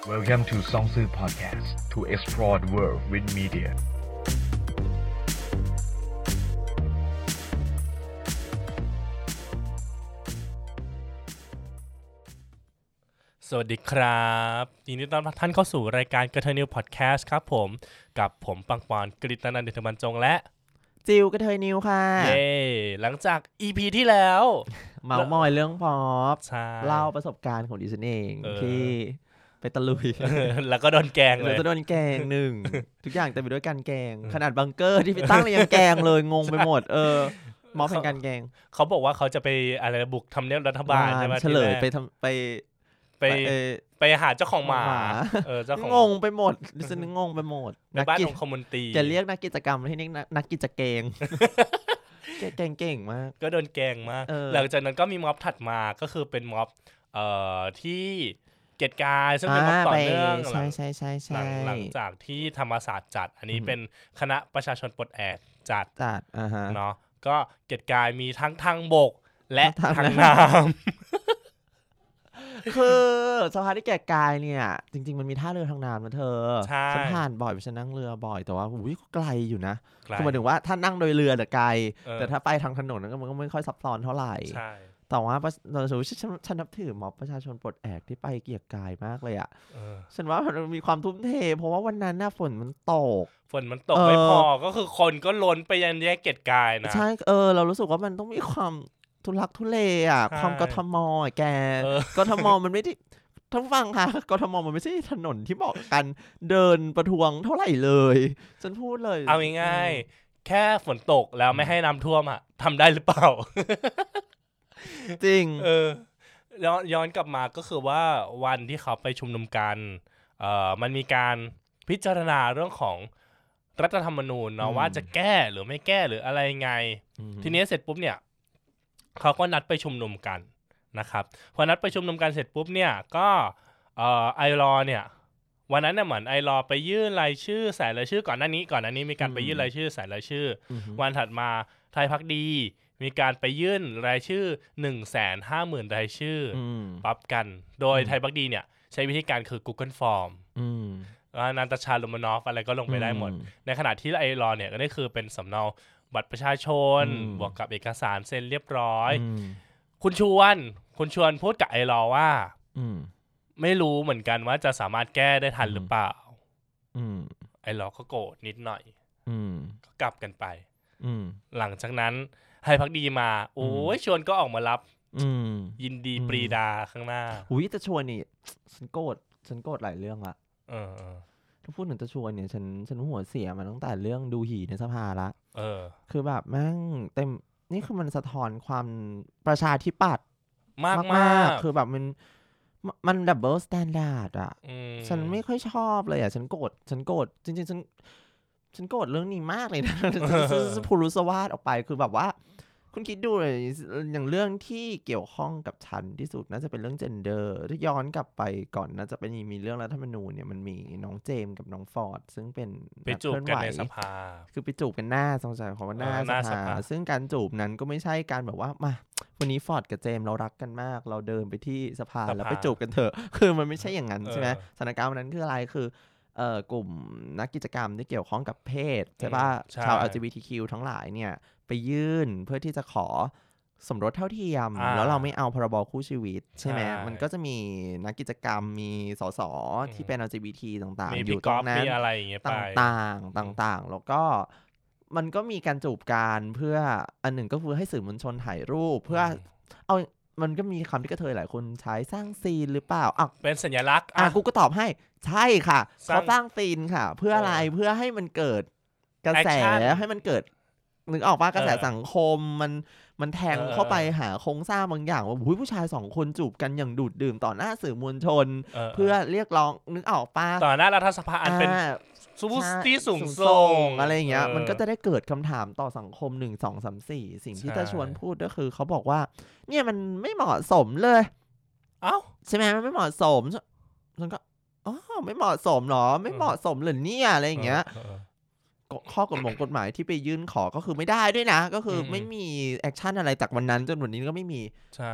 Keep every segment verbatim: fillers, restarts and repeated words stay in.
Welcome to Songsu Podcast to explore the world with media. สวัสดีครับยินดีต้อนรับท่านเข้าสู่รายการกระเทยนิวพอดแคสต์ครับผมกับผมปังปอนกฤตนันท์ เดชบรรจงและจิวกระเทยนิวค่ะเย้หลังจาก อี พี ที่แล้วเมามอยเรื่องพอปเล่าประสบการณ์ของดิฉันเองที่ไปตะลุยแล้วก็โดนแกงเลยแล้วก็โดนแกงหนึ่งทุกอย่างเต็มไปด้วยการแกงขนาดบังเกอร์ที่พี่ตั้งเลยยังแกงเลยงงไปหมดเออมอบเป็นการแกงเขาบอกว่าเขาจะไปอะไรบุกทำเนียบรัฐบาลใช่ไหมเฉลยไปทำไปไปไปหาเจ้าของหมาเออเจ้าของงงไปหมดดิฉันงงไปหมดในบ้านของคอมมูนิตี้จะเรียกนักกิจกรรมที่นี่นักกิจเกงแกงเก่งมากก็โดนแกงมากหลังจากนั้นก็มีม็อบถัดมาก็คือเป็นม็อบเอ่อที่เกียรติกายซึ่งเป็นม็อบต่อเนื่องใช่ใช่ใช่ใช่หลังจากที่ธรรมศาสตร์จัดอันนี้เป็นคณะประชาชนปลดแอกจัดจัดอ่าฮะเนาะก็เกียรติกายมีทั้งทางบกและทางน้ำคือสภาที่แก่กายเนี่ยจริงๆมันมีท่าเรือทางน้ำนะเธอฉันผ่านบ่อยฉันนั่งเรือบ่อยแต่ว่าอุ้ยไกลอยู่นะคือหมายถึงว่าถ้านั่งโดยเรือแต่ไกลแต่ถ้าไปทางถนนมันก็ไม่ค่อยซับซ้อนเท่าไหร่แต่ว่าเราสูฉันนับถือม็อบประชาชนปลดแอกที่ไปเกียรติกายมากเลยอ่ะฉันว่ามันมีความทุ่มเทเพราะว่าวันนั้นน่ะฝนมันตกฝนมันตกไม่พอก็คือคนก็ล้นไปยันแยกเกียรติกายนะใช่เออเรารู้สึกว่ามันต้องมีความทุลักทุเลอ่ะความกทมอ่ะแกกทมมันไม่ได้ท่านฟังค่ะกทมมันไม่ใช่ถนนที่เหมาะกันเดินประท้วงเท่าไหร่เลยฉันพูดเลยเอาง่ายๆแค่ฝนตกแล้วไม่ให้น้ำท่วมอ่ะทำได้หรือเปล่าจริงเออย้อนกลับมาก็คือว่าวันที่เขาไปชุมนุมกันเอ่อมันมีการพิจารณาเรื่องของรัฐธรรมนูญเนาะว่าจะแก้หรือไม่แก้หรืออะไรไงทีนี้เสร็จปุ๊บเนี่ยเขาก็นัดไปชุมนุมกันนะครับพอนัดไปชุมนุมกันเสร็จปุ๊บเนี่ยก็เอ่อไอรอเนี่ยวันนั้นเนี่ยเหมือนไอรอไปยื่นรายชื่อใส่รายชื่อก่อนหน้านี้ก่อนหน้านี้มีการไปยื่นรายชื่อใส่รายชื่อวันถัดมาไทยพรรคดีมีการไปยื่นรายชื่อ หนึ่งแสนห้าหมื่น รายชื่อปรับกันโดยไทยพรรคดีเนี่ยใช้วิธีการคือ Google Form อืมนันตชาลุมานอฟอะไรก็ลงไปได้หมดในขณะที่ไอรอเนี่ยก็ได้คือเป็นสำเนาบัตรประชาชนบวกกับเอกสารเซ็นเรียบร้อยคุณชวนคุณชวนพูดกับไอรอว่าไม่รู้เหมือนกันว่าจะสามารถแก้ได้ทันหรือเปล่าไอรอก็โกรธนิดหน่อยก็กลับกันไปหลังจากนั้นไทยพรรคดีมาโอ้ยชวนก็ออกมารับยินดีปรีดาข้างหน้าอุ้ยจะชวนนี่ฉันโกรธฉันโกรธหลายเรื่องละเออถ้าพูดถึงจะชวนเนี่ยฉันฉันหัวเสียมาตั้งแต่เรื่องดูหีในสภาละเออคือแบบแม่งเต็มนี่คือมันสะท้อนความประชาธิปัตย์มากมากคือแบบมันมันดับเบิลสแตนดาร์ดอ่ะฉันไม่ค่อยชอบเลยอ่ะฉันโกรธฉันโกรธจริงๆฉันฉันโกรธเรื่องนี้มากเลยนะพูรุสวาทออกไปคือแบบว่าคุณคิดดูเลยอย่างเรื่องที่เกี่ยวข้องกับฉันที่สุดน่าจะเป็นเรื่องเจนเดอร์ถ้าย้อนกลับไปก่อนน่าจะเป็นมีเรื่องรัฐธรรมนูญเนี่ยมันมีน้องเจมกับน้องฟอร์ดซึ่งเป็นไปจูบกันในสภาคือไปจูบกันหน้าสงสัยของว่าหน้าสภาซึ่งการจูบนั้นก็ไม่ใช่การแบบว่ามาวันนี้ฟอร์ดกับเจมเรารักกันมากเราเดินไปที่สภาแล้วไปจูบกันเถอะคือมันไม่ใช่อย่างนั้นใช่ไหมสถานการณ์วันนั้นคืออะไรคือเอ่อกลุ่มนักกิจกรรมที่เกี่ยวข้องกับเพศใช่ป่ะชาว แอล จี บี ที คิว ทั้งหลายเนี่ยไปยื่นเพื่อที่จะขอสมรสเท่าเทียมแล้วเราไม่เอาพรบคู่ชีวิตใช่ไหมมันก็จะมีนักกิจกรรมมีสสที่เป็น แอล จี บี ที ต่างๆอยู่ตรงนั้นต่างๆต่างๆแล้วก็มันก็มีการจูบกันเพื่ออันหนึ่งก็คือให้สื่อมวลชนถ่ายรูปเพื่อเอามันก็มีคำที่กระเทยหลายคนใช้สร้างซีนหรือเปล่าอ่ะเป็นสัญลักษณ์อ่ะกูก็ตอบให้ใช่ค่ะเขาสร้างซีนค่ะเพื่ออะไรเพื่อให้มันเกิดกระแสให้มันเกิดนึกออกป่ะกระแสสังคมมันมันแทงเข้าไปหาโครงสร้างบางอย่างว่าผู้ชายสองคนจูบกันอย่างดูดดื่มต่อหน้าสื่อมวลชนเพื่อเรียกร้องนึกออกป่ะต่อหน้ารัฐสภาอันเป็นสูงที่สูงส่งอะไรอย่างเงี้ยมันก็จะได้เกิดคำถามต่อสังคมหนึ่ง สอง สาม สี่สิ่งที่จะชวนพูดก็คือเขาบอกว่าเนี่ยมันไม่เหมาะสมเลยเอ้าใช่ไหมมันไม่เหมาะสมฉันก็อ๋อไม่เหมาะสมหรอไม่เหมาะสมหรือเนี่ยอะไรอย่างเงี้ยข้อกฎหมายกฎหมายที่ไปยื่นขอก็คือไม่ได้ด้วยนะก็คือไม่มีแอคชั่นอะไรจากวันนั้นจนวันนี้ก็ไม่มีใช่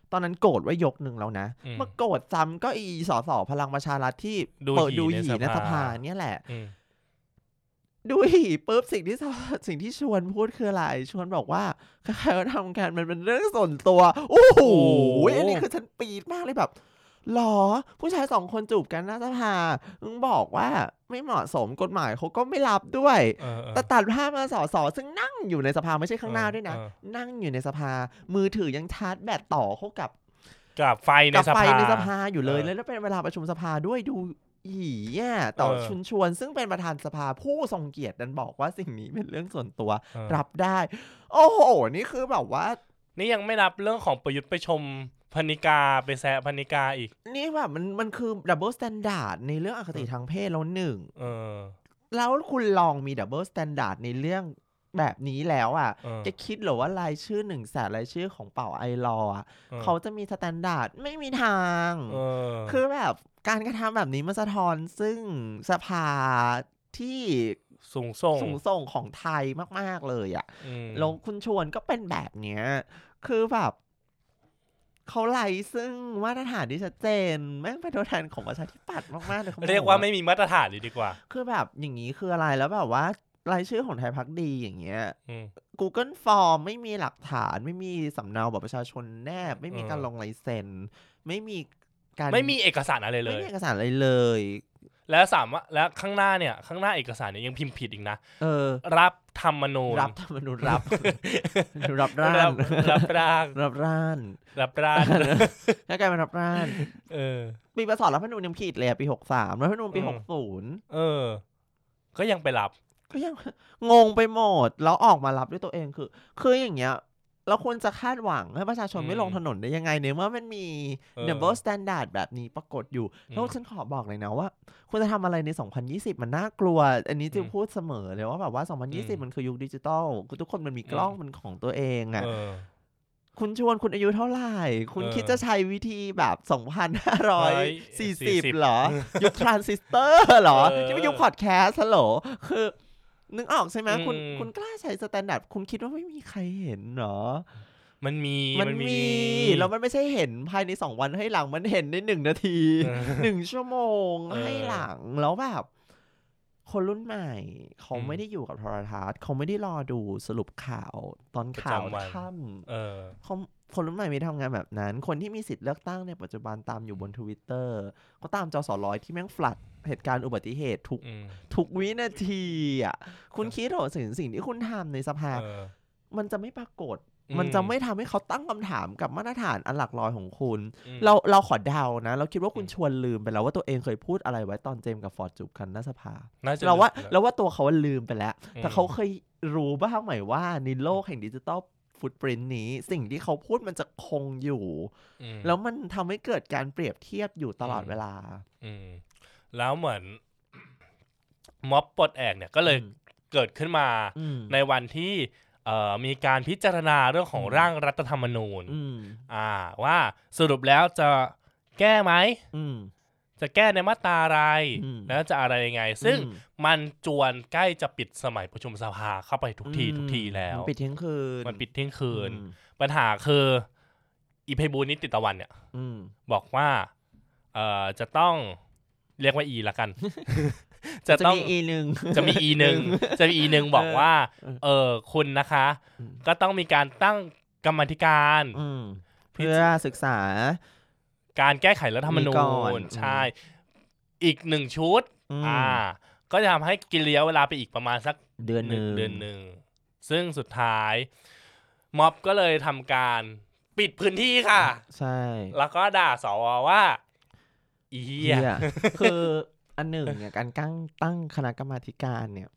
ตอนนั้นโกรธว่ายกหนึ่งแล้วนะมาโกรธจำก็อีสสพลังประชารัฐที่เปิดดูหยีในสภาเนี่ยแหละดูหยีปุ๊บสิ่งที่สิ่งที่ชวนพูดคืออะไรชวนบอกว่าใครๆทำกันมันเป็นเรื่องส่วนตัวโอ้โหอันนี้คือฉันปี๊ดมากเลยแบบหรอผู้ชายสองคนจูบกันหน้าสภามึงบอกว่าไม่เหมาะสมกฎหมายเขาก็ไม่รับด้วยแต่ตัดภาพมาสสซึ่งนั่งอยู่ในสภาไม่ใช่ข้างหน้าด้วยนะนั่งอยู่ในสภามือถือยังชาร์จแบตต่อเข้ากับกับไฟในสภาในสภาอยู่เลยแล้วเป็นเวลาประชุมสภาด้วยดูอีอ่ะต่อชุนชวนซึ่งเป็นประธานสภาผู้ทรงเกียรตินั้นบอกว่าสิ่งนี้เป็นเรื่องส่วนตัวรับได้โอ้โหนี่คือแบบว่านี่ยังไม่รับเรื่องของประยุทธ์ไปชมพนิกาไปแซะพนิกาอีกนี่แบบมันมันคือดับเบิลสแตนดาร์ดในเรื่องอคติทางเพศแล้วหนึ่งแล้วคุณลองมีดับเบิลสแตนดาร์ดในเรื่องแบบนี้แล้วอ่ะจะคิดหรือว่ารายชื่อหนึ่งแสนรายชื่อของเป่าไอรออ่ะเขาจะมีสแตนดาร์ดไม่มีทางคือแบบการกระทำแบบนี้มันสะท้อนซึ่งสภาที่สูงส่งสูงส่งของไทยมากๆเลยอ่ะแล้วคุณชวนก็เป็นแบบเนี้ยคือแบบเขาไล่ซึ่งมาตรฐานที่ชัดเจนแม่งเป็นตัวแทนของประชาธิปัตย์มากๆเลยเรียกว่าไม่มีมาตรฐานเลยดีกว่าคือแบบอย่างนี้คืออะไรแล้วแบบว่ารายชื่อของไทยพรรคดีอย่างเงี้ย Google Form ไม่มีหลักฐานไม่มีสำเนาบัตรประชาชนแนบไม่มีการลงลายเซ็นไม่มีการไม่มีเอกสารอะไรเลยไม่มีเอกสารอะไรเลยแล้วสามารถแล้วข้างหน้าเนี่ยข้างหน้าเอกสารเนี่ยยังพิมพ์ผิดอีกนะเออรับธรรมนูญรับธรรมนูญรับรับร่างรับร่างรับร่างรับร่างแล้วกลายเป็นรับร่างเออปีพ.ศ.รัฐธรรมนูญยังผิดเลยปีหกสิบสามรัฐธรรมนูญปีหกสิบเออก็ยังไปรับก็ยังงงไปหมดแล้วออกมารับด้วยตัวเองคือคืออย่างเงี้ยแล้วควรจะคาดหวังให้ประชาชนไม่ลงถนนได้ยังไงเนี่ยเมื่อมันมี double standard แบบนี้ปรากฏอยู่แล้วฉันขอบอกเลยนะว่าคุณจะทำอะไรในสองพันยี่สิบมันน่ากลัวอันนี้จะพูดเสมอเลยว่าแบบว่าสองพันยี่สิบมันคือยุคดิจิตอลคือทุกคนมันมีกล้องมันของตัวเองอ่ะคุณชวนคุณอายุเท่าไหร่คุณคิดจะใช้วิธีแบบสองพันห้าร้อยสี่สิบเหรอยุคทรานซิสเตอร์เหรอที่ไม่ยุคพอดแคสต์เหรอคือนึกออกใช่ไหมคุณคุณกล้าใช้สแตนดาร์ดคุณคิดว่าไม่มีใครเห็นเหรอมันมีมันมีแล้วมันไม่ใช่เห็นภายในสองวันให้หลังมันเห็นในหนึ่งนาทีหนึ่งชั่วโมงให้หลังแล้วแบบคนรุ่นใหม่เขาไม่ได้อยู่กับโทรทัศน์เขาไม่ได้รอดูสรุปข่าวตอนข่าวค่ำเขาคนรุ่นใหม่ไม่ทำงานแบบนั้นคนที่มีสิทธิ์เลือกตั้งในปัจจุบันตามอยู่บน Twitter เขาตามจสร้อยที่แม่งฟลัดเหตุการณ์อุบัติเหตุทุกทุกวินาทีอ่ะคุณคิดเหรอสิ่งสิ่งที่คุณทำในสภามันจะไม่ปรากฏมันจะไม่ทำให้เขาตั้งคำถามกับมาตรฐานอันหลักร้อยของคุณเราเราขอเดานะเราคิดว่าคุณชวนลืมไปแล้วว่าตัวเองเคยพูดอะไรไว้ตอนเจมกับฟอร์ดจูบกันหน้าสภาเราว่าเราว่าตัวเขาลืมไปแล้วแต่เขาเคยรู้บ้างไหมว่าในโลกแห่งดิจิตอลฟุตปรินท์นี้สิ่งที่เขาพูดมันจะคงอยู่แล้วมันทำให้เกิดการเปรียบเทียบอยู่ตลอดเวลาแล้วเหมือนม็อบปลดแอกเนี่ยก็เลยเกิดขึ้นมาในวันที่มีการพิจารณาเรื่องของร่างรัฐธรรมนูญอ่าว่าสรุปแล้วจะแก้ไหมจะแก้ในมาตราอะไรแล้วจะอะไรยังไงซึ่งมันจวนใกล้จะปิดสมัยประชุมสภาเข้าไปทุกทีทุกทีแล้วมันปิดเที่ยงคืนมันปิดเที่ยงคืนปัญหาคืออีไพบูลย์นิติตะวันเนี่ยบอกว่าเอ่อจะต้องเรียกว่าอีละกันจะต้องมีอีหนึ่งจะมีอีหนึ่งจะมีอีหนึ่งบอกว่าเออคุณนะคะก็ต้องมีการตั้งกรรมธิการเพื่อศึกษาการแก้ไขรัฐธรรมนูญใช่อีกหนึ่งชุดอ่าก็จะทำให้กินระยะเวลาไปอีกประมาณสักเดือนหนึ่งเดือนหนึ่งซึ่งสุดท้ายม็อบก็เลยทำการปิดพื้นที่ค่ะใช่แล้วก็ด่าสวว่าอีเหี้ยคืออันหนึ่งเนี่ยการตั้งตั้งคณะกรรมาธิการเนี่ย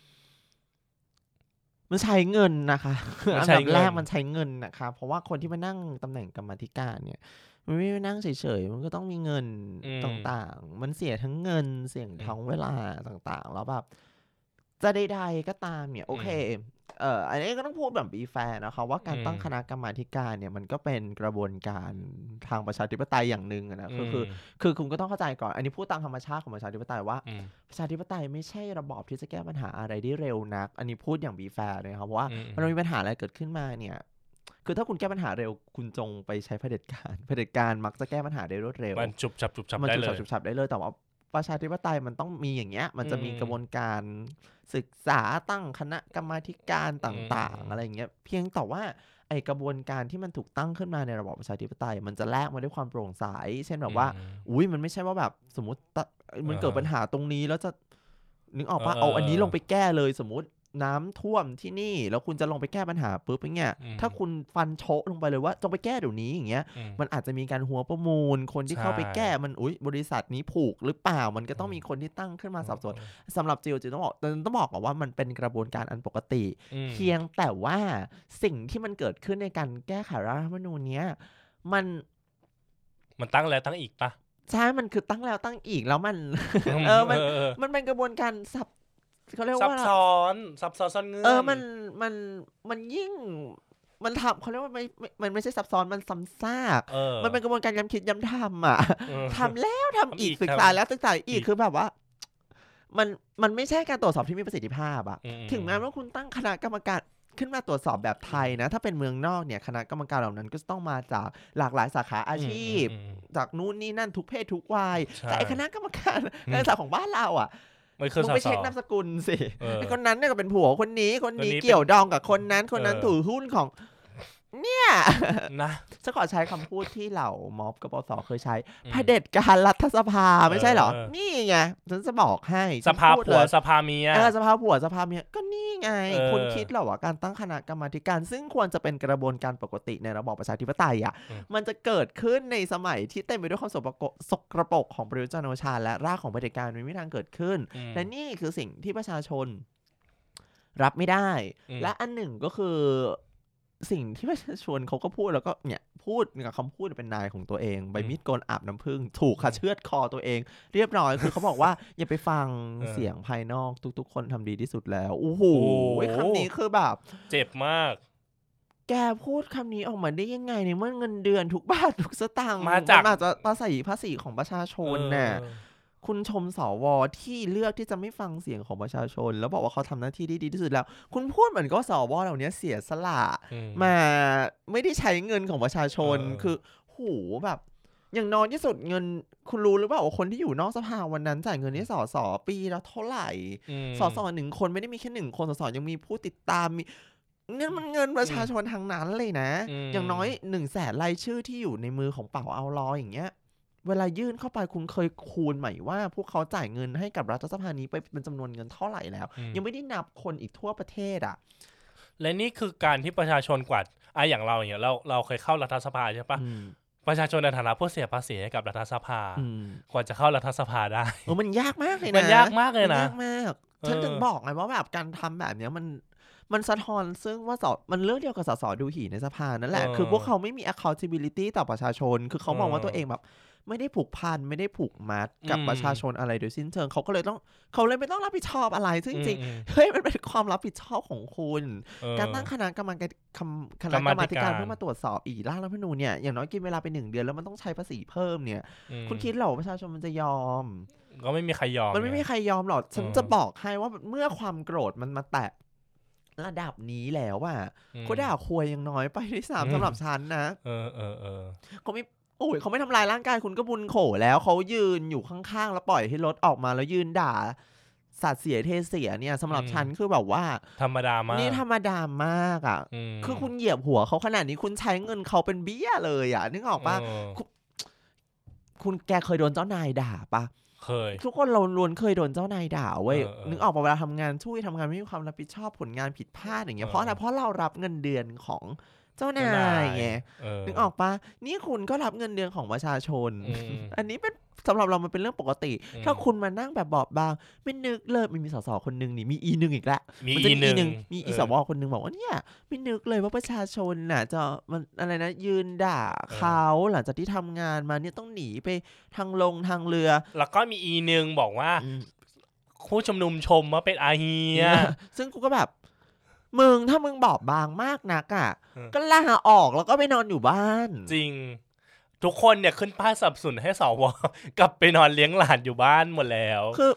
มันใช้เงินนะคะอันดับแรกมันใช้เงินนะคะเพราะว่าคนที่มานั่งตำแหน่งกรรมาธิการเนี่ยมันไม่ได้นั่งเฉยๆมันก็ต้องมีเงินต่างๆมันเสียทั้งเงินเสียทั้งเวลาต่างๆแล้วแบบจะใดๆก็ตามเนี่ยโอเคเอ่ออันนี้ก็ต้องพูดแบบบีแฟร์นะคะว่าการตั้งคณะกรรมาธิการเนี่ยมันก็เป็นกระบวนการทางประชาธิปไตยอย่างนึงนะคือคือคือคุณก็ต้องเข้าใจก่อนอันนี้พูดตามธรรมชาติของประชาธิปไตยว่าประชาธิปไตยไม่ใช่ระบอบที่จะแก้ปัญหาอะไรได้เร็วนักอันนี้พูดอย่างบีแฟร์เลยครับเพราะว่ามันมีปัญหาอะไรเกิดขึ้นมาเนี่ยคือถ้าคุณแก้ปัญหาเร็วคุณจงไปใช้เผด็จการเผด็จการมักจะแก้ปัญหาได้รวดเร็วมันจุบจับจุบจับมันได้จุบเลจับยจุบจับได้เลยแต่ว่าประชาธิปไตยมันต้องมีอย่างเงี้ยมันจะมีอืมกระบวนการศึกษาตั้งคณะกรรมาธิการต่างอืมๆอะไรอย่างเงี้ยเพียงแต่ว่าไอกระบวนการที่มันถูกตั้งขึ้นมาในระบอบประชาธิปไตยมันจะแลกมาด้วยความโปร่งใสเช่นแบบว่าอืมอุ้ยมันไม่ใช่ว่าแบบสมมติตะมันเกิดเออปัญหาตรงนี้แล้วจะนึกออกปะเออเอาอันนี้เออลงไปแก้เลยสมมติน้ำท่วมที่นี่แล้วคุณจะลงไปแก้ปัญหาปุ๊บอย่างเงี้ยอืมถ้าคุณฟันโชะลงไปเลยว่าจงไปแก้เดี๋ยวนี้อย่างเงี้ยอืมมันอาจจะมีการหัวประมูลคนที่ใช่เข้าไปแก้มันอุ้ยบริษัทนี้ผูกหรือเปล่ามันก็ต้องอืมมีคนที่ตั้งขึ้นมาสอบสวนสำหรับจิวจิวต้องบอกต้องบอกก่อนว่ามันเป็นกระบวนการอันปกติอืมเพียงแต่ว่าสิ่งที่มันเกิดขึ้นในการแก้ไขรัฐธรรมนูญเนี้ยมันมันตั้งแล้วตั้งอีกปะใช่มันคือตั้งแล้วตั้งอีกแล้วมัน เออมันเออเออมันเป็นกระบวนการซับเขาเรียกซับว่าซ้อนซับซ้อนซ่อนเงื่อนเออมันมันมันยิ่งมันทำเขาเรียกว่าไม่ไม่มันไม่ใช่ซับซ้อนมันซ้ำซากเออมันเป็นกระบวนการย้ำคิดย้ำทำอ่ะเออทำแล้วทำอีกทำอีกศึกษาทำแล้วศึกษาอีอีกกคือแบบว่า มันมันไม่ใช่การตรวจสอบที่มีประสิทธิภาพอ่ะอืมถึงแม้ว่าคุณตั้งคณะกรรมการขึ้นมาตรวจสอบแบบไทยนะ ถ้าเป็นเมืองนอกเนี่ยคณะกรรมการเหล่านั้นก็ต้องมาจากหลากหลายสาขาอาชีพอืมอืมอืมจากนู้นนี่นั่นทุกเพศทุกวัยใช่แต่ไอคณะกรรมการการศึกษาของบ้านเราอ่ะมันคือมึงสไปสเช็คนามสกุลสิเออไอคนนั้นเนี่ยก็เป็นผัวคนนี้คนนี้คนนี้เป็นเกี่ยวดองกับคนนั้นคนนั้นเออถือหุ้นของ เนี่ยนะฉันขอใช้คำพูดที่เหล่าม็อบกปสเคยใช้อืมเผด็จการรัฐสภาไม่ใช่เหรอเออนี่ไงฉันจะบอกให้สภาฉันพูดผัวเลยสภาเมียเออสภาผัวสภาเมียก็นี่ไงเออคุณคิดเหรอว่าการตั้งคณะกรรมาธิการซึ่งควรจะเป็นกระบวนการปกติในระบอบประชาธิปไตยอ่ะอืมมันจะเกิดขึ้นในสมัยที่เต็มไปด้วยความสกปรกสกปรกของประยุทธ์จันทร์โอชาและรากของเผด็จการมันไม่มีทางเกิดขึ้นอืมและนี่คือสิ่งที่ประชาชนรับไม่ได้อืมและอันหนึ่งก็คือสิ่งที่ประชาชนเขาก็พูดแล้วก็เนี่ยพูดกับคำพูดเป็นนายของตัวเองใบมีดโกนอาบน้ำผึ้งถูกค่ะเชือดคอตัวเอง เรียบร้อยคือเขาบอกว่า อย่าไปฟังเออเสียงภายนอกทุกๆ คนทำดีที่สุดแล้วโอ้โหโอ้โหคำนี้คือแบบเจ็บมากแกพูดคำนี้ออกมาได้ยังไงในเมื่อเงินเดือนทุกบาททุกสตางค์มาจากนมาจากภาษีภาษีของประชาชนน่ะเออคุณชมสวที่เลือกที่จะไม่ฟังเสียงของประชาชน แล้วบอกว่าเขาทำหน้าที่ได้ดีที่สุดแล้ว คุณพูดเหมือนก็สวเหล่านี้เสียสละอืมมาไม่ได้ใช้เงินของประชาชนเออคือโหแบบ อย่างน้อยที่สุดเงินคุณรู้หรือเปล่าว่าคนที่อยู่นอกสภาวันนั้นจ่ายเงินให้สสปีละเท่าไหร่อืมสสหนึ่งคนไม่ได้มีแค่หนึ่งคนสสยังมีผู้ติดตามมีเนี่ยมันเงินประชาชนทางนั้นเลยนะอืมอย่างน้อยหนึ่งแสนรายชื่อที่อยู่ในมือของเป่าเอาลออย่างเงี้ย เวลายื่นเข้าไปคุณเคยคูณไหมว่า พวกเขาจ่ายเงินให้กับรัฐสภานี้ไปเป็นจำนวนเงินเท่าไหร่แล้วอืมยังไม่ได้นับคนอีกทั่วประเทศอ่ะและนี่คือการที่ประชาชนกว่าอ่ะอย่างเราอย่างเราเราเคยเข้ารัฐสภาใช่ปะอืมประชาชนในฐานะผู้เสียภาษีให้กับรัฐสภาอืมกว่าจะเข้ารัฐสภาได้เออมันยากมากเลยนะมันยากมากเลยนะยากมาก ฉันเออถึงบอกไงว่าแบบการทำแบบเนี้ยมันมันสะท้อนซึ่งว่าสมันเรื่องเดียวกับสสดูหีในสภานั่นแหละ คือพวกเขาไม่มี accountability ต่อประชาชน คือเขามองว่าตัวเองแบบ ไม่ได้ผูกพันไม่ได้ผูกมัดกับอืมประชาชนอะไรโดยสิ้นเชิงเขาก็เลยต้องเขาเลยไม่ต้องรับผิดชอบอะไรซึ่งจริงอืมๆเฮ้ยมันเป็นความรับผิดชอบของคุณเออการตั้งคณะกรรมการคำคณะกรรมาธิการเพื่อมาตรวจสอบอีกร่างรัฐธรรมนูญเนี่ยอย่างน้อยกินเวลาไปหนึ่งเดือนแล้วมันต้องใช้ภาษีเพิ่มเนี่ยอืมคุณคิดเหรอว่าประชาชนมันจะยอมก็ไม่มีใครยอมมันไม่มีงใครยอมหรอกฉันเออจะบอกให้ว่าเมื่อความโกรธมันมาแตะระดับนี้แล้วอะอืมก็ด่าควยยังน้อยไปที่สามอืมสำหรับฉันนะเออเออเออเขาไม่โอ้ยเขาไม่ทำลายร่างกายคุณก็บุญโขแล้วเขายืนอยู่ข้างๆแล้วปล่อยให้รถออกมาแล้วยืนด่าสัตว์เสียเทเสียเนี่ยสำหรับฉันคือแบบว่าธรรมดามากนี่ธรรมดามากอ่ะมคือคุณเหยียบหัวเขาขนาดนี้คุณใช้เงินเขาเป็นเบี้ยเลยอ่ะนึกออกปะเออคุณแกเคยโดนเจ้านายด่าปะเคยทุกคนเราล้วนเคยโดนเจ้านายด่าเว้ยเออเออนึกออกปะเวลาทำงานช่วยทำงานไม่มีความรับผิดชอบผลงานผิดพลาดอย่างเงี้ยเออเพราะอะไรเพราะเรารับเงินเดือนของเจ้านายเจ้านายไงเออนึกออกปะนี่คุณก็รับเงินเดือนของประชาชนอืมอันนี้เป็นสำหรับเรามันเป็นเรื่องปกติอืมถ้าคุณมานั่งแบบบอบบางไม่นึกเลยมันมีสสคนหนึ่งนี่มีอีหนึ่งอีกแล้วมีมันจะอีมีหนึ่งมีอีเออสวคนหนึ่งบอกว่าเนี่ยไม่นึกเลยว่าประชาชนน่ะจะมันอะไรนะยืนด่าเขาหลังจากที่ทำงานมาเนี่ยต้องหนีไปทางลงทางเรือแล้วก็มีอีหนึ่งบอกว่าอืมผู้ชุมนุมชมว่าเป็นอาเฮียซึ่งกูก็แบบมึงถ้ามึงบอบบางมากนักอ่ะเออก็ลาออกแล้วก็ไปนอนอยู่บ้านจริง ทุกคนเนี่ยขึ้นป้ายสนับสนุนให้สว กลับไปนอนเลี้ยงหลานอยู่บ้านหมดแล้วคือ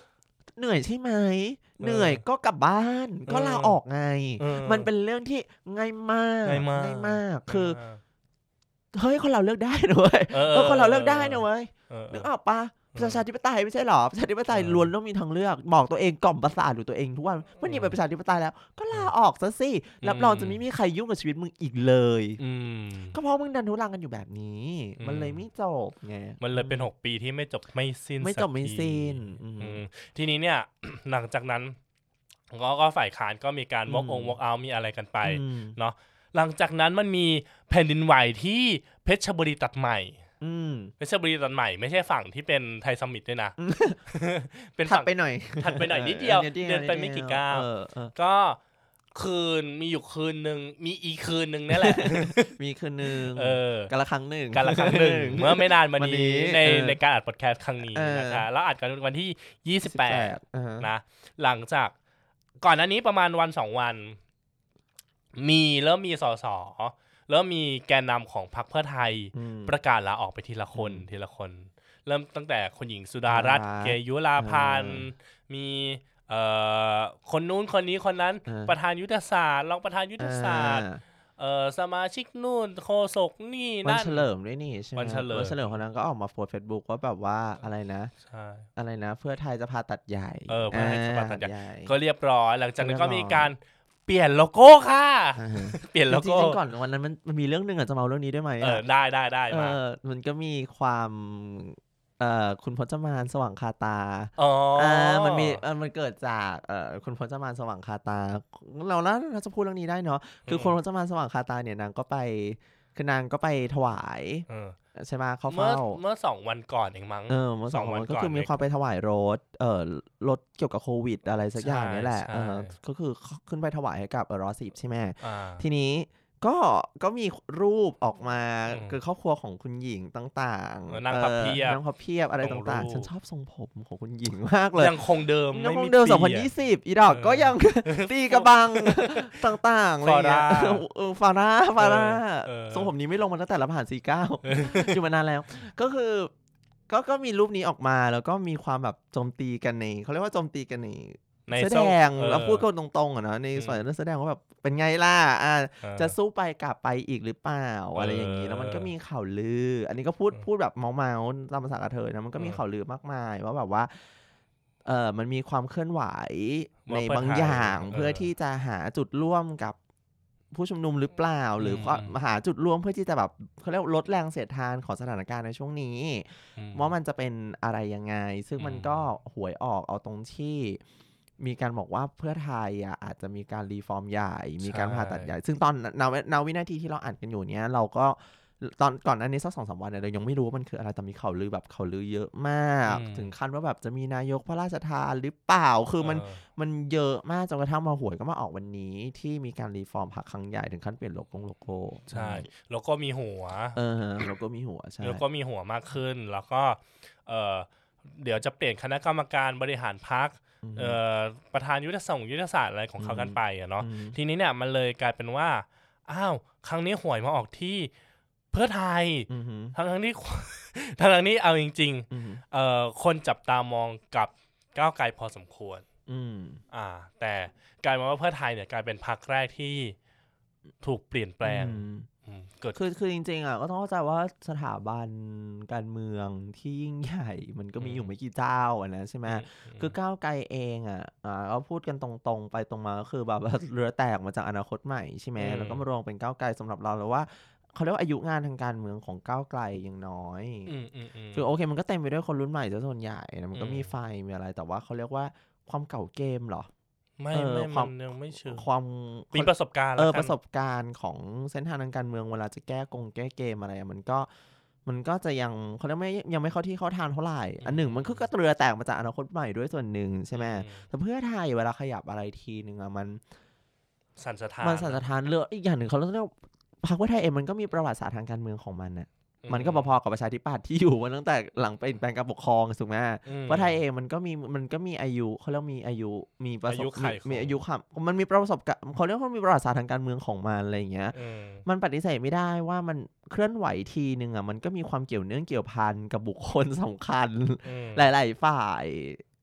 เหนื่อยใช่ไหมเหนื่อยก็กลับบ้านก็ลาออกไงมันเป็นเรื่องที่ง่ายมากง่ายมากคือเฮ้ยคนเราเลือกได้นะเว้ยเออคนเราเลือกได้นะเว้ยนึกออกปะประชาธิปไตยไม่ใช่หรอประชาธิปไตยล้วนต้องมีทางเลือกบอกตัวเองกล่อมประสาทอยู่ตัวเองทุกวันเมื่อนี่เป็นประชาธิปไตยแล้วก็ลาออกซะสิรับรองจะไม่มีใครยุ่งกับชีวิตมึงอีกเลยก็เพราะมึงดันทุรังกันอยู่แบบนี้มันเลยไม่จบไงมันเลยเป็นหกปีที่ไม่จบไม่สิ้นไม่จบไม่สิ้นทีนี้เนี่ย หลังจากนั้นก็ก็ฝ่ายค้านก็มีการวอล์กองวอล์กเอาท์มีอะไรกันไปเนาะหลังจากนั้นมันมีแผ่นดินไหวที่เพชรบุรีตัดใหม่เพชรบุรีตัดใหม่ไม่ใช่ฝั่งที่เป็นไทยซัมมิตด้วยนะเป็นถัดไปหน่อยถัดไปหน่อยนิดเดียวเดินไปไม่กี่ก้าวก็คืนมีอยู่คืนนึงมีอีกคืนนึงนี่แหละมีคืนนึงกาละครั้งหนึ่งกาละครั้งหนึ่งเมื่อไม่นานมานี้ในในการอัดพอดแคสต์ครั้งนี้นะคะแล้วอัดกันวันที่ยี่สิบแปดนะหลังจากก่อนหน้านี้ประมาณวันสองวันมีเริ่มมีสสเริ่มมีแกนนำของพรรคเพื่อไทยประกาศลาออกไปทีละคนทีละคนเริ่มตั้งแต่คุณหญิงสุดารัตน์เกยุราพันธ์มีเอ่อคนนู้นคนนี้คนนั้นประธานยุทธศาสตร์รองประธานยุทธศาสตร์เอ่อสมาชิกนู่นโฆษกนี่นั่นวันเฉลิมด้วยนี่ใช่ไหมวันเฉลิมวันเฉลิมคนนั้นก็ออกมาโพสต์ Facebook ว่าแบบว่าอะไรนะใช่อะไรนะเพื่อไทยจะพาตัดใหญ่เออเพื่อไทยจะพาตัดใหญ่ก็เรียบร้อยหลังจากนั้นก็มีการเปลี่ยนโลโก้ค่ะเปลี่ยนโลโก้จริงๆก่อนวันนั้นมันมันมีเรื่องนึงอ่ะจะเมาเรื่องนี้ได้ไหมเออได้ได้ได้มาเออมันก็มีความเอ่อคุณพจมานสว่างคาตาอ๋ออ่ามันมีมันเกิดจากเอ่อคุณพจมานสว่างคาตาเราแล้วเราจะพูดเรื่องนี้ได้เนาะคือคุณพจมานสว่างคาตาเนี่ยนางก็ไปคือนางก็ไปถวายใช่ไหมเขาเฝ้าเมื่อสองวันก่อนเองมั้งเออเมื่อสองวันก็คือมีความไปถวายรถเอ่อรถเกี่ยวกับโควิดอะไรสักอย่างนี่แหละเออก็คือขึ้นไปถวายให้กับรอสิบใช่ไหมทีนี้ก็ก็มีรูปออกมาคือครอบครัวของคุณหญิงต่างๆนั่งพับเพียบนั่งพับเพียบอะไรต่างๆฉันชอบทรงผมของคุณหญิงมากเลยยังคงเดิมยังคงเดิมสองพันยี่สิบอีดอกก็ยังตีกระบังต่างๆอะไรเงี้ยฟาร่าฟาร่าทรงผมนี้ไม่ลงมาตั้งแต่ละผ่านสี่เก้าอยู่มานานแล้วก็คือก็ก็มีรูปนี้ออกมาแล้วก็มีความแบบโจมตีกันในเขาเรียกว่าโจมตีกันในแสดงแล้วพูดกันตรงๆอ่ะเนาะในส่วนนั้นแสดงว่าแบบเป็นไงล่ะอ่ะจะสู้ไปกลับไปอีกหรือเปล่าอะไรอย่างนี้แล้วมันก็มีข่าวลืออันนี้ก็พูดพูดแบบเมาๆตามภาษากระเทยนะมันก็มีข่าวลือมากมายว่าแบบว่าเออมันมีความเคลื่อนไหวในบางอย่างเพื่อที่จะหาจุดร่วมกับผู้ชุมนุมหรือเปล่าหรือหาจุดร่วมเพื่อที่จะแบบเขาเรียกลดแรงเสียดทานของสถานการณ์ในช่วงนี้ว่ามันจะเป็นอะไรยังไงซึ่งมันก็หวยออกเอาตรงที่มีการบอกว่าเพื่อไทยอ่ะอาจจะมีการรีฟอร์มใหญ่มีการผ่าตัดใหญ่ซึ่งตอนณวินาทีที่เราอ่านกันอยู่เนี้ยเราก็ตอนก่อนหน้านี้สัก สองสาม วันเนี่ยเรายังไม่รู้ว่ามันคืออะไรแต่มีข่าวลือแบบข่าวลือเยอะมากถึงขั้นว่าแบบจะมีนายกพระราชทานหรือเปล่าคือมันมันเยอะมากจนกระทั่งมาหวยก็มาออกวันนี้ที่มีการรีฟอร์มพรรคครั้งใหญ่ถึงขั้นเปลี่ยนโลโก้โลโก้ใช่โลโก้มีหัวเออโลโก้มีหัวใช่โลโก้มีหัวมากขึ้นแล้วก็เออเดี๋ยวจะเปลี่ยนคณะกรรมการบริหารพรรคเอ่อประธานยุทธศาสตร์ยุทธศาสตร์อะไรของเขากันไปอ่ะเนาะทีนี้เนี่ยมันเลยกลายเป็นว่าอ้าวครั้งนี้หวยมาออกที่เพื่อไทยทั้งทั้งที่ทั้งทั้งนี้เอาจริงๆเอ่อคนจับตามองกับก้าวไกลพอสมควรอ่าแต่กลายมาว่าเพื่อไทยเนี่ยกลายเป็นพรรคแรกที่ถูกเปลี่ยนแปลงคือคือจริงๆอ่ะก็ต้องเข้าใจว่าสถาบันการเมืองที่ยิ่งใหญ่มันก็มีอยู่ไม่กี่เจ้าอ่ะนะใช่ไหมคือก้าวไกลเองอ่ะอ่าก็พูดกันตรงๆไปตรงมาก็คือแบบเรือแตกมาจากอนาคตใหม่ใช่ไหมแล้วก็มารวมเป็นก้าวไกลสำหรับเราแล้วว่าเขาเรียกว่าอายุงานทางการเมืองของก้าวไกลยังน้อยคือโอเคมันก็เต็มไปด้วยคนรุ่นใหม่ซะส่วนใหญ่นะมันก็มีไฟมีอะไรแต่ว่าเขาเรียกว่าความเก่าเกมหรอไม่ไม่มันยังไม่เชิงความมีประสบการณ์เออประสบการณ์ของเส้นทางทางการเมืองเวลาจะแก้กงแก้เกมอะไรมันก็มันก็จะยังเขาเรียกไม่ยังไม่เข้าที่เข้าทางเท่าไหร่อันหนึ่งมันก็เรือแตกมาจากอนาคตใหม่ด้วยส่วนหนึ่งใช่ไหมแต่เพื่อไทยเวลาขยับอะไรทีนึงอะมันสั่นสะท้านมันสั่นสะท้านเรื่องอีกอย่างหนึ่งเขาเรียกพรรคเพื่อไทยเองมันก็มีประวัติศาสตร์ทางการเมืองของมันน่ะมันก็พอๆกับประชาธิปัตย์ที่อยู่มาตั้งแต่หลังเปลี่ยนแปลงการปกครองถูกไหมเพราะไทยเองมันก็มีมันก็มีอายุเขาเรียกมีอายุมีประสบมีอายุครับมันมีประสบการณ์เขาเรียกว่ามีประวัติศาสตร์ทางการเมืองของมันอะไรอย่างเงี้ยมันปฏิเสธไม่ได้ว่ามันเคลื่อนไหวทีนึงอ่ะมันก็มีความเกี่ยวเนื่องเกี่ยวพันกับบุคคลสำคัญหลายๆฝ่าย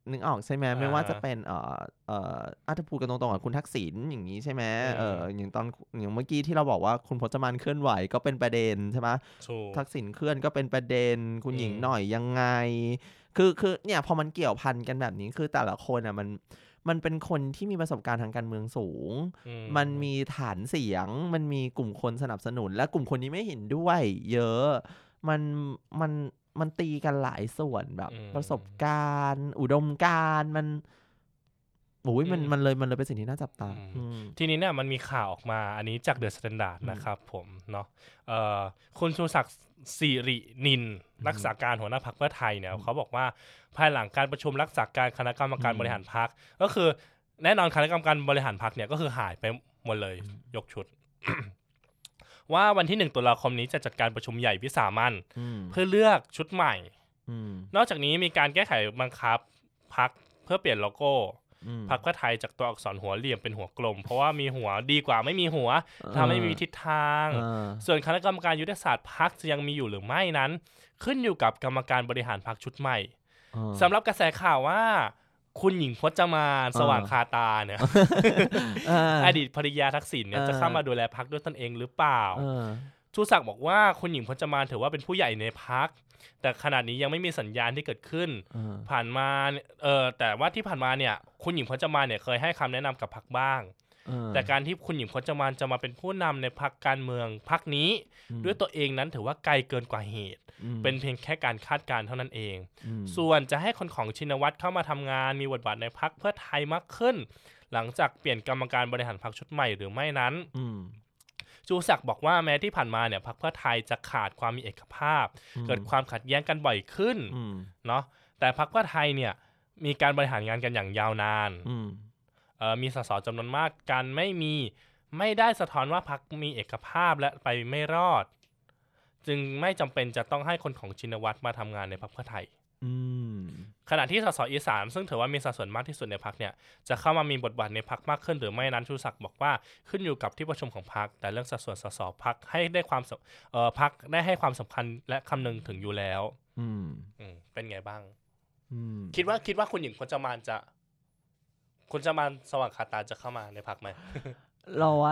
นึกออกใช่ไหมอ่าไม่ว่าจะเป็นเอ่อเอ่ออาจจะพูดกันตรงๆกับคุณทักษิณอย่างนี้ใช่ไหมอืมเอออย่างตอนอย่างเมื่อกี้ที่เราบอกว่าคุณพจมานเคลื่อนไหวก็เป็นประเด็นใช่ไหมถูกทักษิณเคลื่อนก็เป็นประเด็นคุณอืมหญิงหน่อยยังไง คือคือเนี่ยพอมันเกี่ยวพันกันแบบนี้คือแต่ละคนอ่ะมันมันเป็นคนที่มีประสบการณ์ทางการเมืองสูงอืมันมีฐานเสียง มันมีกลุ่มคนสนับสนุน และกลุ่มคนนี้ไม่เห็นด้วยเยอะ มันมันมันตีกันหลายส่วนแบบอืมประสบการณ์ อุดมการณ์มันโอ้ยมันอืมมันเลยมันเลยเป็นสิ่งที่น่าจับตาอืมอืมทีนี้เนี่ยมันมีข่าวออกมาอันนี้จากเดอะสแตนดาร์ดอืมนะครับผมเนาะเอ่อคุณชูศักดิ์สิรินินรักษาการหัวหน้าพรรคเพื่อไทยเนี่ยเขาบอกว่าภายหลังการประชุมรักษาการคณะกรรมการอืมบริหารพรรคก็คือแน่นอนคณะกรรมการบริหารพรรคเนี่ยก็คือหายไปหมดเลยยกชุด ว่าวันที่หนึ่งตุลาคมนี้จะจัดการประชุมใหญ่วิสามัญอืมเพื่อเลือกชุดใหม่อืมนอกจากนี้มีการแก้ไขบังคับพรรคเพื่อเปลี่ยนโลโก้อืมพรรคเพื่อไทยจากตัวอักษรหัวเหลี่ยมเป็นหัวกลม เพราะว่ามีหัวดีกว่าไม่มีหัวทำให้มีทิศทางเออส่วนคณะกรรมการยุทธศาสตร์พรรคจะยังมีอยู่หรือไม่นั้น ขึ้นอยู่กับกรรมการบริหารพรรคชุดใหม่เออสำหรับกระแสข่าวว่าคุณหญิงพจมานสว่างคาตาเนี่ยเอออดีตภริยาทักษิณเนี่ยเออจะเข้ามาดูแลพรรคด้วยตนเองหรือเปล่าเออชูศักดิ์บอกว่าคุณหญิงพจมานถือว่าเป็นผู้ใหญ่ในพรรคแต่ขนาดนี้ยังไม่มีสัญญาณที่เกิดขึ้นเออผ่านมาเออแต่ว่าที่ผ่านมาเนี่ยคุณหญิงพจมานเนี่ยเคยให้คำแนะนำกับพรรคบ้างเออแต่การที่คุณหญิงพจมานจะมาเป็นผู้นำในพรรคการเมืองพรรคนี้อืมด้วยตัวเองนั้นถือว่าไกลเกินกว่าเหตุอืมเป็นเพียงแค่การคาดการณ์เท่านั้นเองอืมส่วนจะให้คนของชินวัตรเข้ามาทำงานมีบทบาทในพรรคเพื่อไทยมากขึ้น หลังจากเปลี่ยนกรรมการบริหารพรรคชุดใหม่หรือไม่นั้นอืมชูศักดิ์บอกว่าแม้ที่ผ่านมาเนี่ยพรรคเพื่อไทยจะขาดความมีเอกภาพอืมเกิดความขัดแย้งกันบ่อยขึ้นอืมเนาะแต่พรรคเพื่อไทยเนี่ยมีการบริหารงานกันอย่างยาวนานอืมเอ่อมีสสจำนวนมากการไม่มีไม่ได้สะท้อนว่าพรรคมีเอกภาพและไปไม่รอด จึงไม่จำเป็นจะต้องให้คนของชินวัตรมาทำงานในพรรคเพื่อไทยอืมขณะที่สสอีสานซึ่งถือว่ามีสัดส่วนมากที่สุดในพรรคเนี่ยจะเข้ามามีบทบาทในพรรคมากขึ้นหรือไม่นั้นชูศักดิ์บอกว่าขึ้นอยู่กับที่ประชุมของพรรคแต่เรื่องสัดส่วนสสพรรคให้ได้ความสเอ่อพรรคได้ให้ความสำคัญและคำนึงถึงอยู่แล้วอืมอืมเป็นไงบ้างอืมคิดว่าคิดว่าคุณหญิงพจมานจะคุณจะมานสว่างคาตาจะเข้ามาในพรรคไหมเราว่า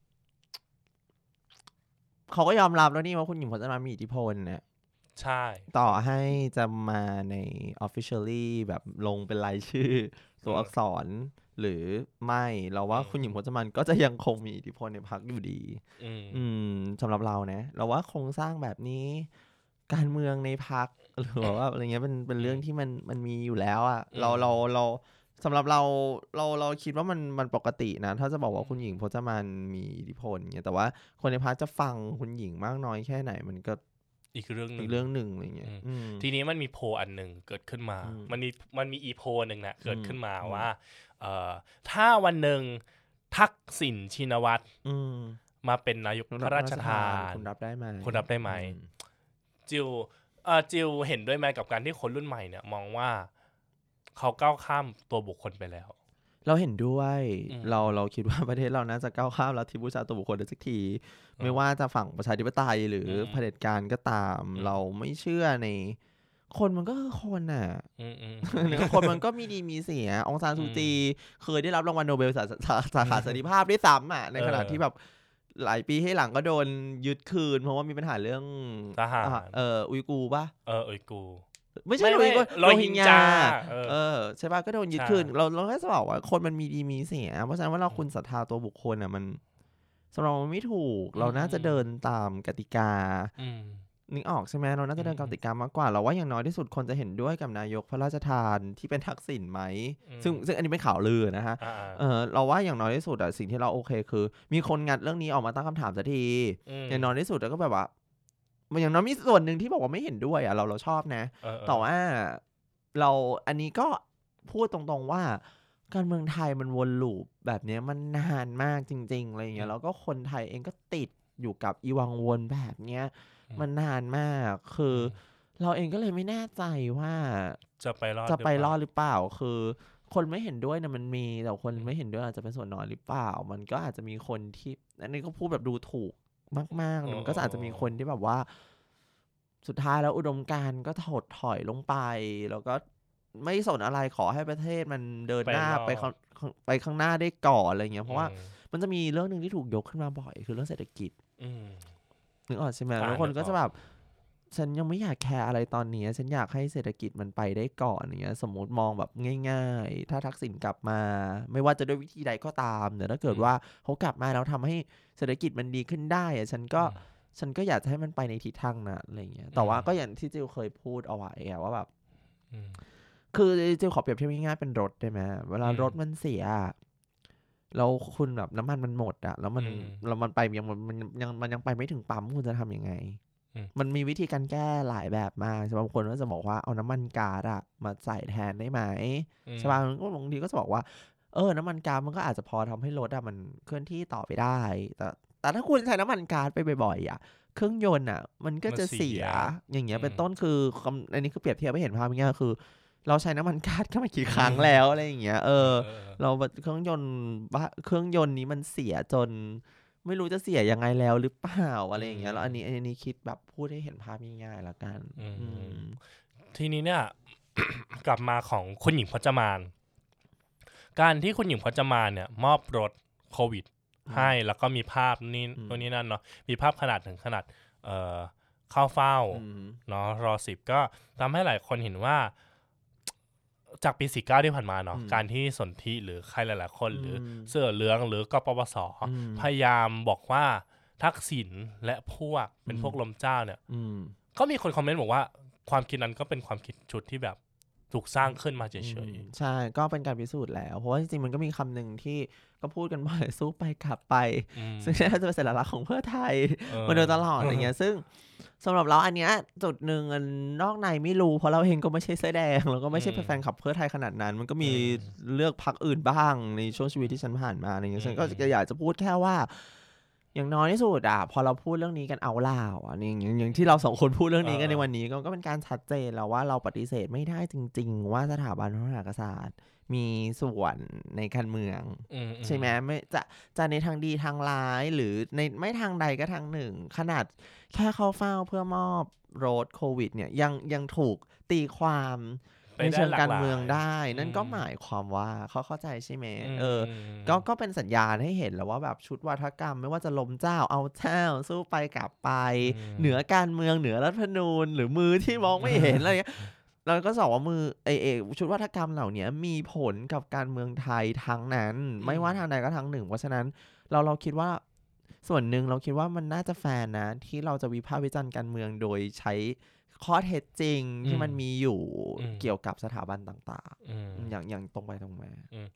เขาก็ยอมรับแล้วนี่ว่าคุณหญิงพจมานมีอิทธิพลเนี่ยใช่ต่อให้จะมาใน officially แบบลงเป็นรายชื่อ ตัวอักษรหรือไม่เราว่าคุณหญิงพจมานก็จะยังคงมีอิทธิพลในพรรคอยู่ดีอืมอืมสำหรับเรานะเราว่าโครงสร้างแบบนี้ การเมืองในพรรคหรือว่าอะไรเงี้ยเป็นเป็นเรื่องที่มันมันมีอยู่แล้วอะเราเราเราสำหรับเราเราเราคิดว่ามันมันปกตินะถ้าจะบอกว่าคุณหญิงพจมานมีอิทธิพลเงี้ยแต่ว่าคนในพรรคจะฟังคุณหญิงมากน้อยแค่ไหนมันก็อีกเรื่องหนึอีงกเรื่องหนึ่งอะไรเงี้ยอืมอืมทีนี้มันมีโพลอันหนึ่งเกิดขึ้นมาอืมมันมีมันมีอีโพลหนึ่งนะเกิดขึ้นมาอืมว่าเอ่อถ้าวันหนึ่งทักษิณชินวัตรอืมมาเป็นนายกพระราชทานคุณรับได้ไหมคุณรับได้ไหมอืจิวเอ่อจิวเห็นด้วยไหมกับการที่คนรุ่นใหม่เนี่ยมองว่าเขาก้าวข้ามตัวบุคคลไปแล้วเราเห็นด้วยอืมเราเราคิดว่าประเทศเราน่าจะก้าวข้ามลัทธิบูชาตัวบุคคลได้สักที ไม่ว่าจะฝั่งประชาธิปไตยหรืออมเผด็จการก็ตามอืมเราไม่เชื่อใน คนมันก็คือคนน่ะอืมอืมคนมันก็มีดีมีเสียองซานซูอืมจีเคยได้รับรางวัลโนเบลสาสาสาขาสันติภาพด้วยซ้ำอ่ะในขณะเออที่แบบหลายปีให้หลังก็โดนยึดคืน เพราะว่ามีปัญหาเรื่องทหารอ่ะเอออุยกูร์ป่ะเออเอ้ยกูไม่ใช่ไม่โรฮิงไม่ญาโรฮิงญาเออเออใช่ป่ะก็โดนยึดใช่คืนเราเราแค่จะบอกว่าคนมันมีดีมีเสีย เพราะฉะนั้นว่าเราคุณศรัทธาตัวบุคคลอ่ะมันสำหรับเรามันไม่ถูก เราน่าจะเดินตามกติกาอืมนึกออกใช่ไหมเราน่าจะเดินตามกติกามากกว่าเราว่าอย่างน้อยที่สุดคนจะเห็นด้วยกับนายกพระราชทานที่เป็นทักษิณไหมอืมซึ่งซึ่งอันนี้เป็นข่าวลือนะฮะอ่าเออเราว่าอย่างน้อยที่สุดอะสิ่งที่เราโอเคคือ มีคนงัดเรื่องนี้ออกมาตั้งคำถามสักทีมอย่างน้อยที่สุดแล้วก็แบบว่ามันอย่างน้อยมีส่วนหนึ่งที่บอกว่าไม่เห็นด้วยอะเราเราชอบนะเออเออแต่ว่าเราอันนี้ก็พูดตรงๆว่าการเมืองไทยมันวนลูปแบบเนี้ยมันนานมากจริงๆอะไรอย่างเงี้ยแล้วก็คนไทยเองก็ติดอยู่กับอีวังวนแบบเนี้ยมันนานมากคืออเราเองก็เลยไม่แน่ใจว่าจะไปรอดจะไปรอดหหรือเปล่า คือคนไม่เห็นด้วยนะมันมี แต่คนไม่เห็นด้วยอาจจะเป็นส่วนน้อยหรือเปล่า มันก็อาจจะมีคนที่ อันนี้ก็พูดแบบดูถูกมากๆนะมันก็อาจจะมีคนที่แบบว่า สุดท้ายแล้วอุดมการณ์ก็ถดถอยลงไป แล้วก็ไม่สนอะไรขอให้ประเทศมันเดินหน้าไปข้างไปข้างหน้าได้ก่อนอะไรเงี้ยเพราะว่ามันจะมีเรื่องนึงที่ถูกยกขึ้นมาบ่อยคือเรื่องเศรษฐกิจนึกออกใช่ไหมแล้วคนก็จะแบบฉันยังไม่อยากแคร์อะไรตอนนี้ฉันอยากให้เศรษฐกิจมันไปได้ก่อนอย่างเงี้ยสมมติมองแบบง่ายๆถ้าทักษิณกลับมาไม่ว่าจะด้วยวิธีใดก็ตามแต่ถ้าเกิดว่าเขากลับมาแล้วทำให้เศรษฐกิจมันดีขึ้นได้อะฉันก็ฉันก็อยากให้มันไปในทิศทางนั้นอะไรเงี้ยแต่ว่าก็อย่างที่จิวเคยพูดเอาไว้ว่าแบบคือจิวขอเปรียบเทียบง่ายๆเป็นรถได้ไหมเวลารถมันเสียแล้วคุณแบบน้ำมันมันหมดอะแล้วมันแล้วมันไปยังมันยังมันยังไปไม่ถึงปั๊มคุณจะทำยังไงมันมีวิธีการแก้หลายแบบมากใช่ป่ะบางคนก็จะบอกว่าเอาน้ำมันก๊าซอะมาใส่แทนได้ไหมใช่ป่ะบางทีก็จะบอกว่าเออน้ำมันก๊าซมันก็อาจจะพอทำให้รถอะมันเคลื่อนที่ต่อไปได้แต่แต่ถ้าคุณใช้น้ำมันก๊าซไปบ่อยๆอะเครื่องยนต์อะมันก็จะเสียอย่างเงี้ยเป็นต้นคืออันนี้คือเปรียบเทียบให้เห็นภาพง่ายๆคือเราใช้น้ำมันก๊าซกันมากี่ครั้งแล้วอะไรอย่างเงี้ยเออเราเครื่องยนต์เครื่องยนต์นี้มันเสียจนไม่รู้จะเสียยังไงแล้วหรือเปล่าอะไรอย่างเงี้ยแล้วอันนี้อันนี้คิดแบบพูดให้เห็นภาพง่ายๆแล้วกันทีนี้เนี่ย กลับมาของคุณหญิงพจมานการที่คุณหญิงพจมานเนี่ยมอบรถโควิดให้แล้วก็มีภาพนี่ตัวนี้นั่นเนาะมีภาพขนาดถึงขนาดเอ่อเข้าเฝ้าเนาะรอสิบก็ทำให้หลายคนเห็นว่าจากปีสี่สิบเก้าที่ผ่านมาเนาะการที่สนธิหรือใครหลายๆคนหรือเสื้อเหลืองหรือกปปสพยายามบอกว่าทักษิณและพวกเป็นพวกลมเจ้าเนี่ยก็มีคนคอมเมนต์บอกว่าความคิดนั้นก็เป็นความคิดชุดที่แบบถูกสร้างขึ้นมาเฉยๆใช่ก็เป็นการพิสูจน์แล้วเพราะว่าจริงๆมันก็มีคำหนึ่งที่ก็พูดกันบ่อยสู้ไปขับไปซึ่งน่าจะเป็นสัญลักษณ์ของเพื่อไทยมาโดยตลอดอย่างเงี้ยซึ่งสำหรับเราอันเนี้ยจุดหนึ่งนอกในไม่รู้เพราะเราเองก็ไม่ใช่เสื้อแดงแล้วก็ไม่ใช่แฟนคลับเพื่อไทยขนาดนั้นมันก็มีเลือกพรรคอื่นบ้างในช่วงชีวิตที่ฉันผ่านมาอะไรเงี้ยฉันก็อยากจะพูดแค่ว่าอย่างน้อยที่สุดอ่ะพอเราพูดเรื่องนี้กันเอาล่าวอ่ะนี่อย่างอย่างที่เราสองคนพูดเรื่องนี้กันในวันนี้ก็ก็เป็นการชัดเจนแล้วว่าเราปฏิเสธไม่ได้จริงๆว่าสถาบันพระมหากษัตริย์มีส่วนในการเมืองใช่ไหมไม่จะจะในทางดีทางร้ายหรือในไม่ทางใดก็ทางหนึ่งขนาดแค่เข้าเฝ้าเพื่อมอบโรดโควิดเนี่ยยังยังถูกตีความในเชิงการเมืองได้นั่นก็หมายความว่าเขาเข้าใจใช่ไหมเออก็ก็เป็นสัญญาณให้เห็นแล้วว่าแบบชุดวาทกรรมไม่ว่าจะล้มเจ้าเอาเจ้าสู้ไปกลับไปเหนือการเมืองเหนือรัฐธรรมนูญหรือมือที่มองไม่เห็นอะไรเงี้ยเราก็สอบว่ามือเอเอชุดวาทกรรมเหล่านี้มีผลกับการเมืองไทยทั้งนั้นไม่ว่าทางใดก็ทางหนึ่งเพราะฉะนั้นเราเราคิดว่าส่วนหนึ่งเราคิดว่ามันน่าจะแฟร์นะที่เราจะวิพากษ์วิจารณ์การเมืองโดยใช้ข้อเท็จจริงที่มันมีอยู่เกี่ยวกับสถาบันต่างๆอย่างอย่างตรงไปตรงมา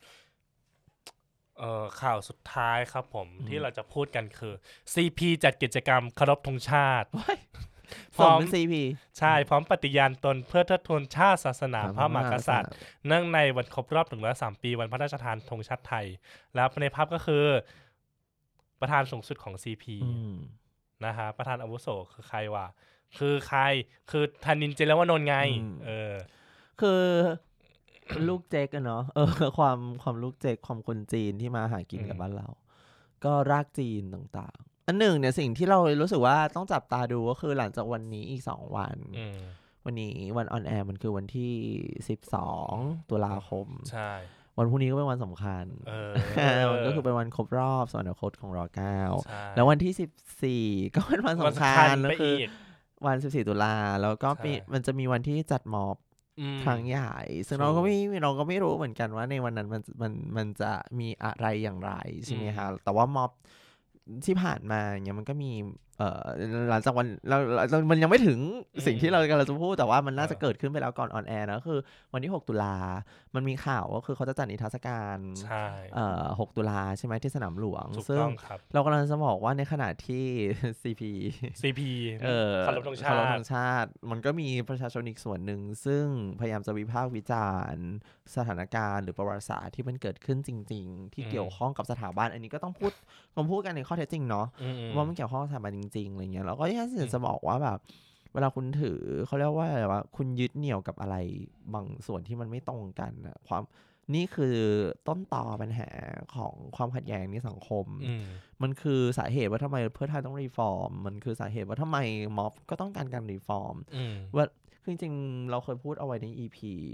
เอ่อข่าวสุดท้ายครับผมที่เราจะพูดกันคือ ซี พี จัดกิจกรรมเคารพธงชาติพร้อม ซี พีใช่พร้อมปฏิญาณตนเพื่อเทิดทูนชาติศาสนาพระมหากษัตริย์เนื่องในวันครบรอบหนึ่งร้อยสามปีวันพระราชทานธงชาติไทยแล้วในภาพก็คือประธานสูงสุดของ ซี พี นะฮะประธานอาวุโสคือใครวะคือใครคือธนินทร์ เจรวนนท์ไงเออคือลูกเจ๊กอะเนาะเออความความลูกเจ๊กความคนจีนที่มาหากินกับบ้านเราก็รากจีนต่างๆอันหนึ่งเนี่ยสิ่งที่เรารู้สึกว่าต้องจับตาดูก็คือหลังจากวันนี้อีกสองวันวันนี้วันออนแอร์มันคือวันที่สิบสองตุลาคมใช่วันพรุ่งนี้ก็เป็นวันสำคัญเออก็คือเป็นวันครบรอบสวรรคตของรอเก้าแล้ววันที่สิบสี่ก็เป็นวันสำคัญก็คือวันสิบสี่ตุลาแล้วก็มันจะมีวันที่จัดม็อบครั้งใหญ่ซึ่งเราก็ไม่เราก็ไม่รู้เหมือนกันว่าในวันนั้นมันมันมันจะมีอะไรอย่างไรใช่ไหมคะแต่ว่าม็อบที่ผ่านมาเนี่ยมันก็มีเอ่อหลังจากวันเรามันยังไม่ถึงสิ่งที่เรากำลังจะพูดแต่ว่ามันน่าจะเกิดขึ้นไปแล้วก่อนออนแอร์นะคือวันที่หกตุลามันมีข่าวก็คือเขาจะจัดนิทรรศการใช่เอ่อหกตุลาใช่ไหมที่สนามหลวงซึ่งเรากำลังจะบอกว่าในขณะที่ ซี พีซี พีเอ่อเคารพธงชาติเคารพธงชาติมันก็มีประชาชนอีกส่วนหนึ่งซึ่งพยายามจะวิพากษ์วิจารณ์สถานการณ์หรือประวัติศาสตร์ที่มันเกิดขึ้นจริงๆที่เกี่ยวข้องกับสถาบันอันนี้ก็ต้องพูดผมพูดกันในข้อเท็จจริงเนาะว่ามันเกี่ยวข้องกับสถาบันจริงๆอะไรเงี้ยแล้วก็แค่จะบอกว่าแบบเวลาคุณถือเขาเรียกว่าอะไรวะคุณยึดเหนี่ยวกับอะไรบางส่วนที่มันไม่ตรงกันนะความนี่คือต้นตอปัญหาของความขัดแย้งในสังคมมันคือสาเหตุว่าทำไมเพื่อไทยต้องรีฟอร์มมันคือสาเหตุว่าทำไมม็อบก็ต้องการการรีฟอร์มว่าคือจริงๆเราเคยพูดเอาไว้ใน อี พี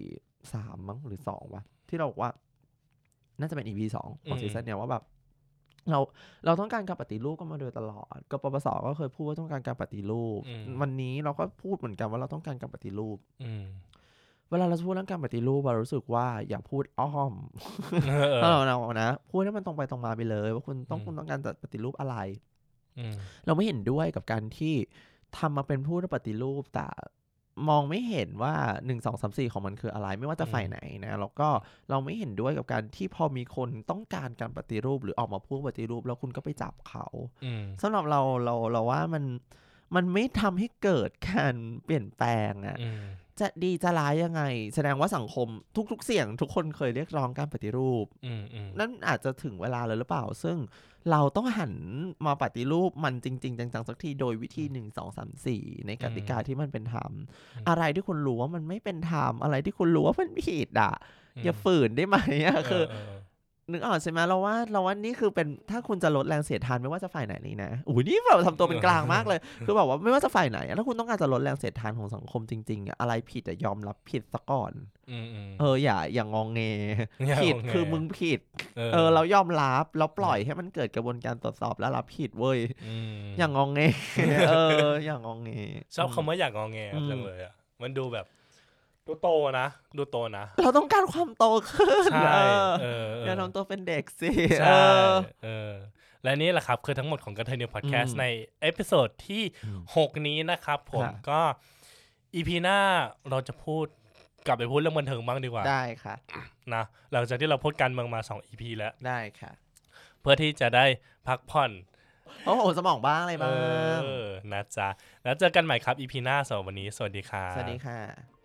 สามมั้งหรือสองวะที่เราบอกว่าน่าจะเป็น อี พี สองของซีซั่นเนี้ยว่าแบบเราเราต้องการการปฏิรูปกันมาโดยตลอดกปปสก็เคยพูดว่าต้องการการปฏิรูปวันนี้เราก็พูดเหมือนกันว่าเราต้องการการปฏิรูปเวลาเราพูดเรื่องการปฏิรูปเรารู้สึกว่าอย่าพูดอ้อมถ้าเราเรานะพูดให้มันตรงไปตรงมาไปเลยว่าคุณต้องคุณต้องการปฏิรูปอะไรเราไม่เห็นด้วยกับการที่ทำมาเป็นผู้ปฏิรูปแต่มองไม่เห็นว่าหนึ่ง สอง สาม สี่ของมันคืออะไรไม่ว่าจะฝ่ายไหนนะแล้วก็เราไม่เห็นด้วยกับการที่พอมีคนต้องการการปฏิรูปหรือออกมาพูดปฏิรูปแล้วคุณก็ไปจับเขาสำหรับเราเราเราว่ามันมันไม่ทำให้เกิดการเปลี่ยนแปลงอะจะดีจะร้ายยังไงแสดงว่าสังคมทุกๆเสียงทุกคนเคยเรียกร้องการปฏิรูปนั่นอาจจะถึงเวลาเลยหรือเปล่าซึ่งเราต้องหันมาปฏิรูปมันจริงๆจังๆสักทีโดยวิธีหนึ่ง สอง สาม สี่ในกติกาที่มันเป็นธรรมอะไรที่คุณรู้ว่ามันไม่เป็นธรรมอะไรที่คุณรู้ว่ามันผิดอ่ะอย่าฝืนได้ไหมอ่ะคือนึกออกใช่ไหมเราว่าเราว่านี่คือเป็นถ้าคุณจะลดแรงเสียดทานไม่ว่าจะฝ่ายไหนเลยนะอุ้ยนี่แบบทำตัวเป็นกลางมากเลยคือแบบว่าไม่ว่าจะฝ่ายไหนถ้าคุณต้องการจะลดแรงเสียดทานของสังคมจริงๆอะไรผิดอะยอมรับผิดซะก่อนเอออย่าอย่างงองเงผิดคือมึงผิดเออเรายอมรับแล้วปล่อยให้มันเกิดกระบวนการตรวจสอบแล้วรับผิดเว้ยอย่างงองเงเอออย่างงองเงชอบคำว่าอย่างงองเงจังเลยอ่ะมันดูแบบดูโตนะดูโตนะเราต้องการความโตขึ้นใช่อย่าทำตัวเป็นเด็กสิใช่เออและนี่แหละครับคือทั้งหมดของกระเทยนิวพอดแคสต์ในเอพิโซดที่หกนี้นะครับผมก็ อี พี หน้าเราจะพูดกลับไปพูดเรื่องบันเทิงบ้างดีกว่าได้ค่ะนะหลังจากที่เราพูดการเมืองมาสอง อี พี แล้วได้ค่ะเพื่อที่จะได้พักผ่อนโอ้โหสมองบ้างอะไรบ้างเออนะจ๊ะแล้วเจอกันใหม่ครับ อี พี หน้าสำหรับวันนี้สวัสดีค่ะสวัสดีค่ะ